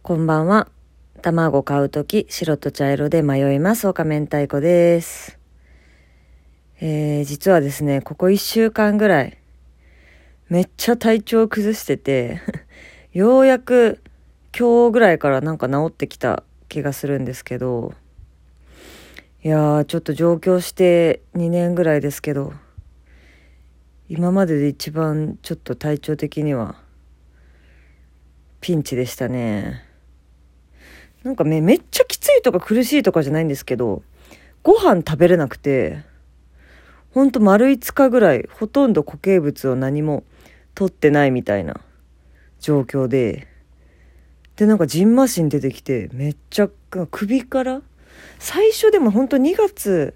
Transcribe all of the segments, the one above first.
こんばんは。卵買うとき白と茶色で迷います。岡明太子です。実はですね、ここ1週間ぐらいめっちゃ体調を崩しててようやく今日ぐらいからなんか治ってきた気がするんですけど、いやーちょっと上京して2年ぐらいですけど、今までで一番ちょっと体調的にはピンチでしたね。なんかめっちゃきついとか苦しいとかじゃないんですけど、ご飯食べれなくて、ほんと丸5日ぐらいほとんど固形物を何も取ってないみたいな状況で、なんかジンマシン出てきて、めっちゃ首から最初でもほんと2月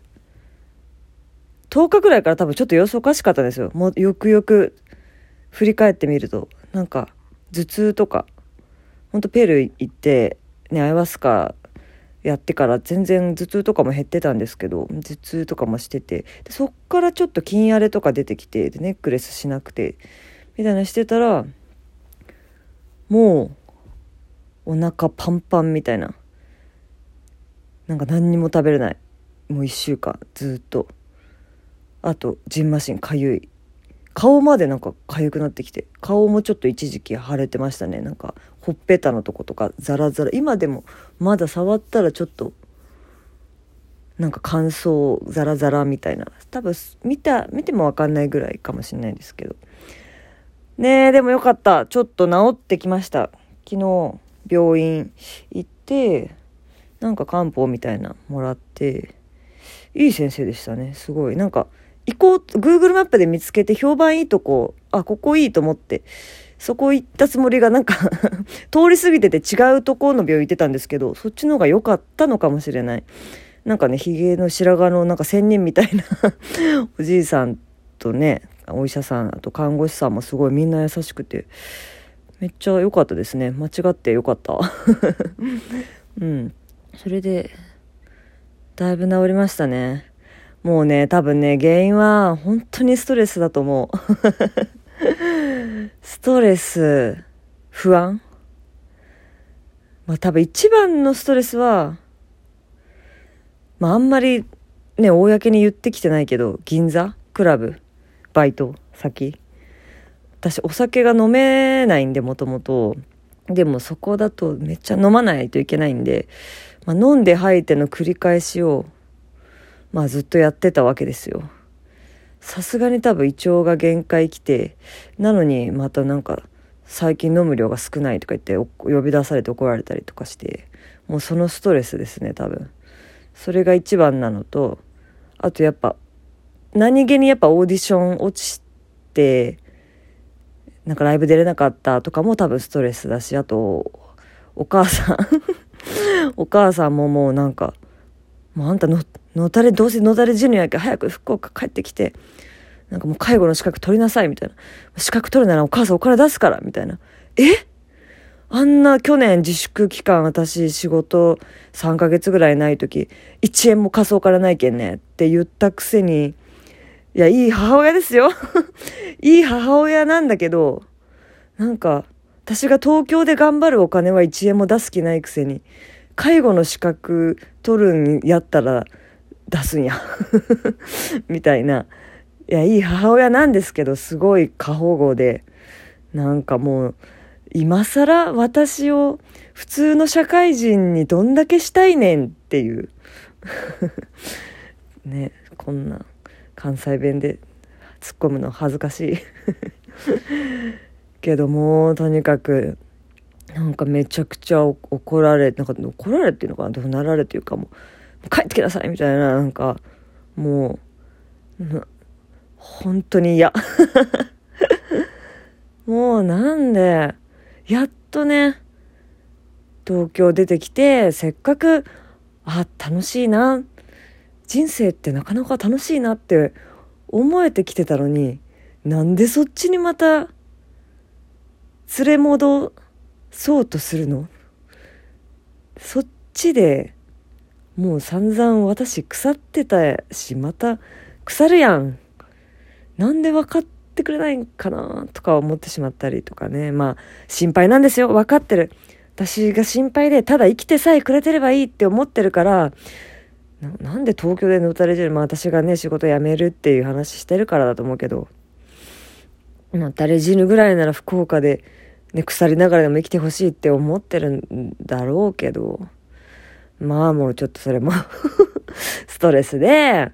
10日ぐらいから多分ちょっと様子おかしかったんですよ。もうよくよく振り返ってみると、なんか頭痛とか、ほんとペルー行ってね、アイワスカやってから全然頭痛とかも減ってたんですけど、頭痛とかもしてて、でそっからちょっと筋荒れとか出てきて、でネックレスしなくてみたいなしてたら、もうお腹パンパンみたいな、なんか何にも食べれない、もう1週間ずっと、あとジンマシンかゆい、顔までなんかかゆくなってきて、顔もちょっと一時期腫れてましたね。なんかほっぺたのとことかザラザラ、今でもまだ触ったらちょっとなんか乾燥ザラザラみたいな、多分見ても分かんないぐらいかもしれないですけどね。でもよかった、ちょっと治ってきました。昨日病院行ってなんか漢方みたいなもらって、いい先生でしたね。すごいなんか行こう、Google マップで見つけて評判いいとこ、ここいいと思ってそこ行ったつもりが、なんか通り過ぎてて違うところの病院行ってたんですけど、そっちの方が良かったのかもしれない。なんかね、ひげの白髪のなんか仙人みたいなおじいさんとね、お医者さん、あと看護師さんもすごいみんな優しくて、めっちゃ良かったですね。間違って良かったうん、それでだいぶ治りましたね。もうね、多分ね、原因は本当にストレスだと思うストレス、不安、多分一番のストレスは、あんまりね、公に言ってきてないけど、銀座クラブバイト先、私お酒が飲めないんで、もともと。でもそこだとめっちゃ飲まないといけないんで、飲んで吐いての繰り返しをずっとやってたわけですよ。さすがに多分胃腸が限界来て、なのにまたなんか最近飲む量が少ないとか言って呼び出されて怒られたりとかして、もうそのストレスですね。多分それが一番なのと、あとやっぱ何気にやっぱオーディション落ちてなんかライブ出れなかったとかも多分ストレスだし、あとお母さんお母さんももうなんか、もうあんたどうせ野垂れジュニアやけど早く福岡帰ってきて、なんかもう介護の資格取りなさいみたいな、資格取るならお母さんお金出すからみたいな。あんな去年自粛期間、私仕事3ヶ月ぐらいない時1円も仮想からないけんねって言ったくせに、いやいい母親ですよいい母親なんだけど、なんか私が東京で頑張るお金は1円も出す気ないくせに、介護の資格取るんやったら出すんやみたいな。いやいい母親なんですけど、すごい過保護で、なんかもう今更私を普通の社会人にどんだけしたいねんっていうね、こんな関西弁で突っ込むの恥ずかしいけども、とにかくなんかめちゃくちゃ怒られっていうのかな、怒鳴られっていうか、もう帰ってきなさいみたいな、なんかもう本当に嫌もうなんでやっとね東京出てきて、せっかく楽しいな、人生ってなかなか楽しいなって思えてきてたのに、なんでそっちにまた連れ戻そうとするの。そっちでもう散々私腐ってたし、また腐るやん、なんで分かってくれないんかなとか思ってしまったりとかね。心配なんですよ、分かってる。 私が心配で、ただ生きてさえくれてればいいって思ってるから、なんで東京でのたれ死ぬ、私がね仕事辞めるっていう話してるからだと思うけど、のたれ死ぬぐらいなら福岡で、ね、腐りながらでも生きてほしいって思ってるんだろうけど、まあもうちょっとそれもストレスで、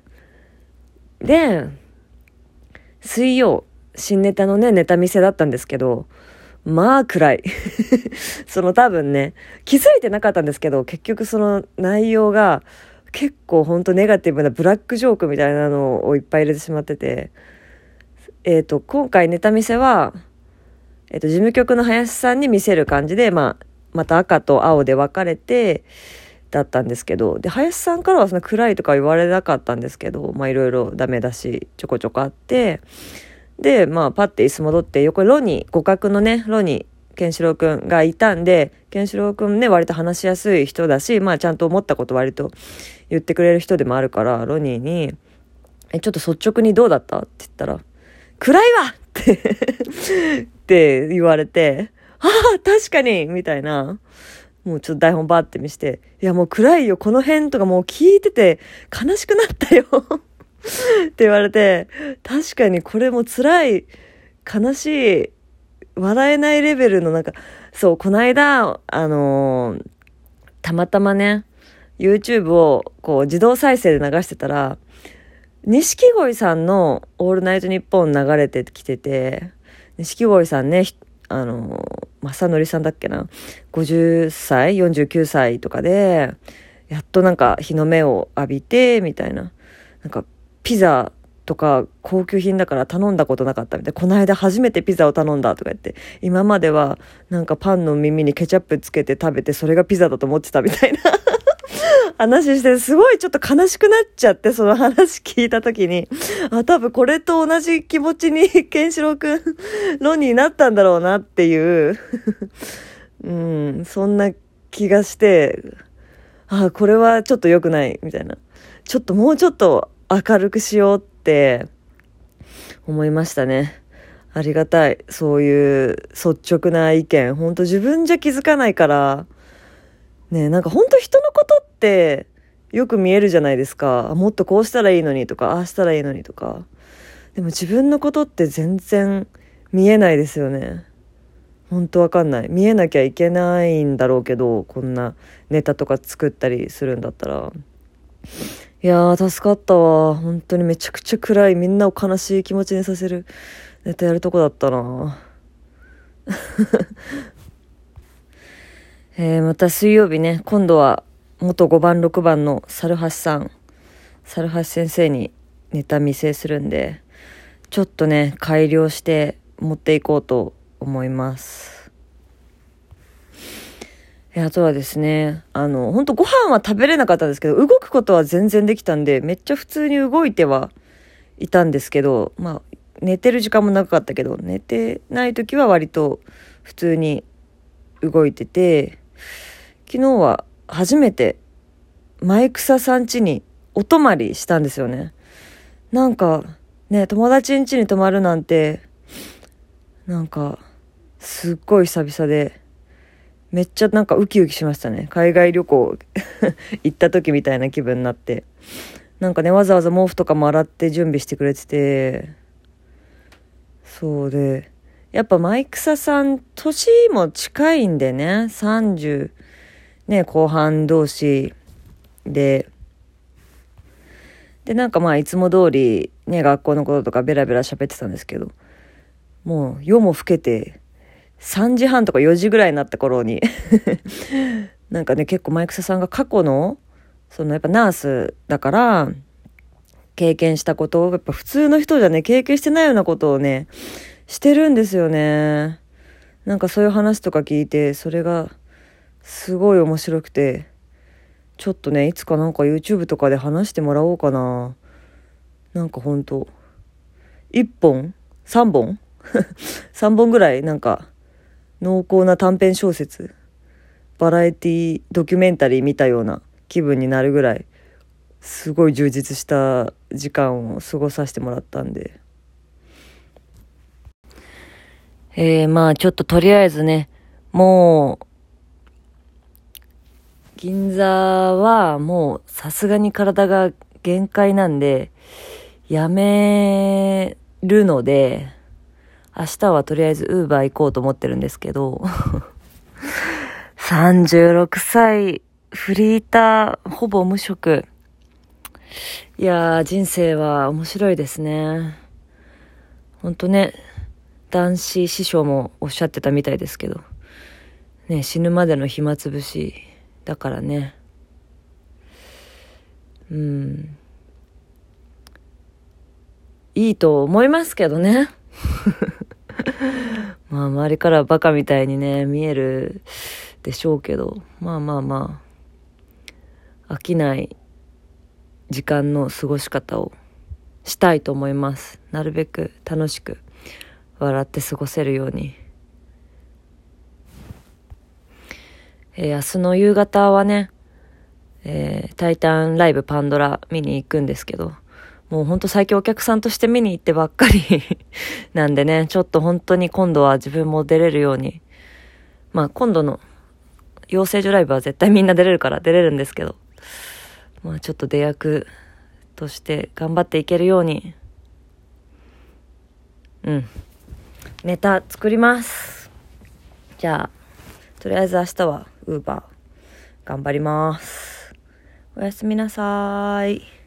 水曜新ネタのねネタ見せだったんですけど、まあ暗いその多分ね気づいてなかったんですけど、結局その内容が結構ほんとネガティブなブラックジョークみたいなのをいっぱい入れてしまってて、今回ネタ見せは、事務局の林さんに見せる感じで、また赤と青で分かれてだったんですけど、で林さんからはその暗いとか言われなかったんですけど、いろいろダメだしちょこちょこあって、でパッて椅子戻って横に互角のねロニケンシロウくんがいたんで、ケンシロウくんね割と話しやすい人だし、ちゃんと思ったこと割と言ってくれる人でもあるから、ロニーにちょっと率直にどうだったって言ったら、暗いわってって言われて、ああ確かにみたいな、もうちょっと台本バーって見して、いやもう暗いよこの辺とか、もう聞いてて悲しくなったよって言われて、確かにこれも辛い、悲しい、笑えないレベルのそう、この間、たまたまね、YouTube をこう自動再生で流してたら、錦鯉さんのオールナイトニッポン流れてきてて、錦鯉さんね、正則さんだっけな、50歳、49歳とかで、やっと日の目を浴びて、みたいな。ピザとか高級品だから頼んだことなかったみたいな。この間初めてピザを頼んだとか言って、今まではパンの耳にケチャップつけて食べてそれがピザだと思ってたみたいな話して、すごいちょっと悲しくなっちゃって、その話聞いた時に、多分これと同じ気持ちにケンシロウくんロニーになったんだろうなっていうそんな気がして、これはちょっと良くないみたいな、ちょっともうちょっと明るくしようって思いましたね。ありがたい、そういう率直な意見。本当自分じゃ気づかないからね、本当人のことってよく見えるじゃないですか。もっとこうしたらいいのにとか、ああしたらいいのにとか。でも自分のことって全然見えないですよね。本当わかんない。見えなきゃいけないんだろうけど、こんなネタとか作ったりするんだったら。いやー助かったわ。本当にめちゃくちゃ暗い、みんなを悲しい気持ちにさせるネタやるとこだったなまた水曜日ね、今度は元5番6番の猿橋先生にネタ見せするんで、ちょっとね改良して持っていこうと思います。あとはですね、本当ご飯は食べれなかったんですけど、動くことは全然できたんで、めっちゃ普通に動いてはいたんですけど、寝てる時間も長かったけど、寝てない時は割と普通に動いてて、昨日は初めて前草さん家にお泊まりしたんですよね。友達ん家に泊まるなんてすっごい久々で、めっちゃウキウキしましたね。海外旅行行った時みたいな気分になって、わざわざ毛布とかも洗って準備してくれてて、そうで、やっぱ前草さん年も近いんでね、30ね後半同士でいつも通りね学校のこととかベラベラ喋ってたんですけど、もう夜も更けて3時半とか4時ぐらいになった頃に結構前草さんが過去のやっぱナースだから経験したことを、やっぱ普通の人じゃね経験してないようなことをねしてるんですよね。そういう話とか聞いて、それがすごい面白くて、ちょっとねいつかYouTube とかで話してもらおうかな。ほんと1本3本3本ぐらい濃厚な短編小説、バラエティドキュメンタリー見たような気分になるぐらい、すごい充実した時間を過ごさせてもらったんで、ちょっととりあえずね、も銀座はもうさすがに体が限界なんで、やめるので、明日はとりあえずウーバー行こうと思ってるんですけど、36歳、フリーター、ほぼ無職。いやー、人生は面白いですね。ほんとね、男子師匠もおっしゃってたみたいですけど、ね、死ぬまでの暇つぶしだからね。いいと思いますけどね。まあ周りからはバカみたいにね、見えるでしょうけど、まあまあまあ、飽きない時間の過ごし方をしたいと思います。なるべく楽しく笑って過ごせるように。明日の夕方はね、タイタンライブパンドラ見に行くんですけど、もうほんと最近お客さんとして見に行ってばっかりなんでね、ちょっと本当に今度は自分も出れるように、まあ今度の養成所ライブは絶対みんな出れるから出れるんですけど、まあちょっと出役として頑張っていけるように、ネタ作ります。じゃあ、とりあえず明日はウーバー頑張ります。おやすみなさーい。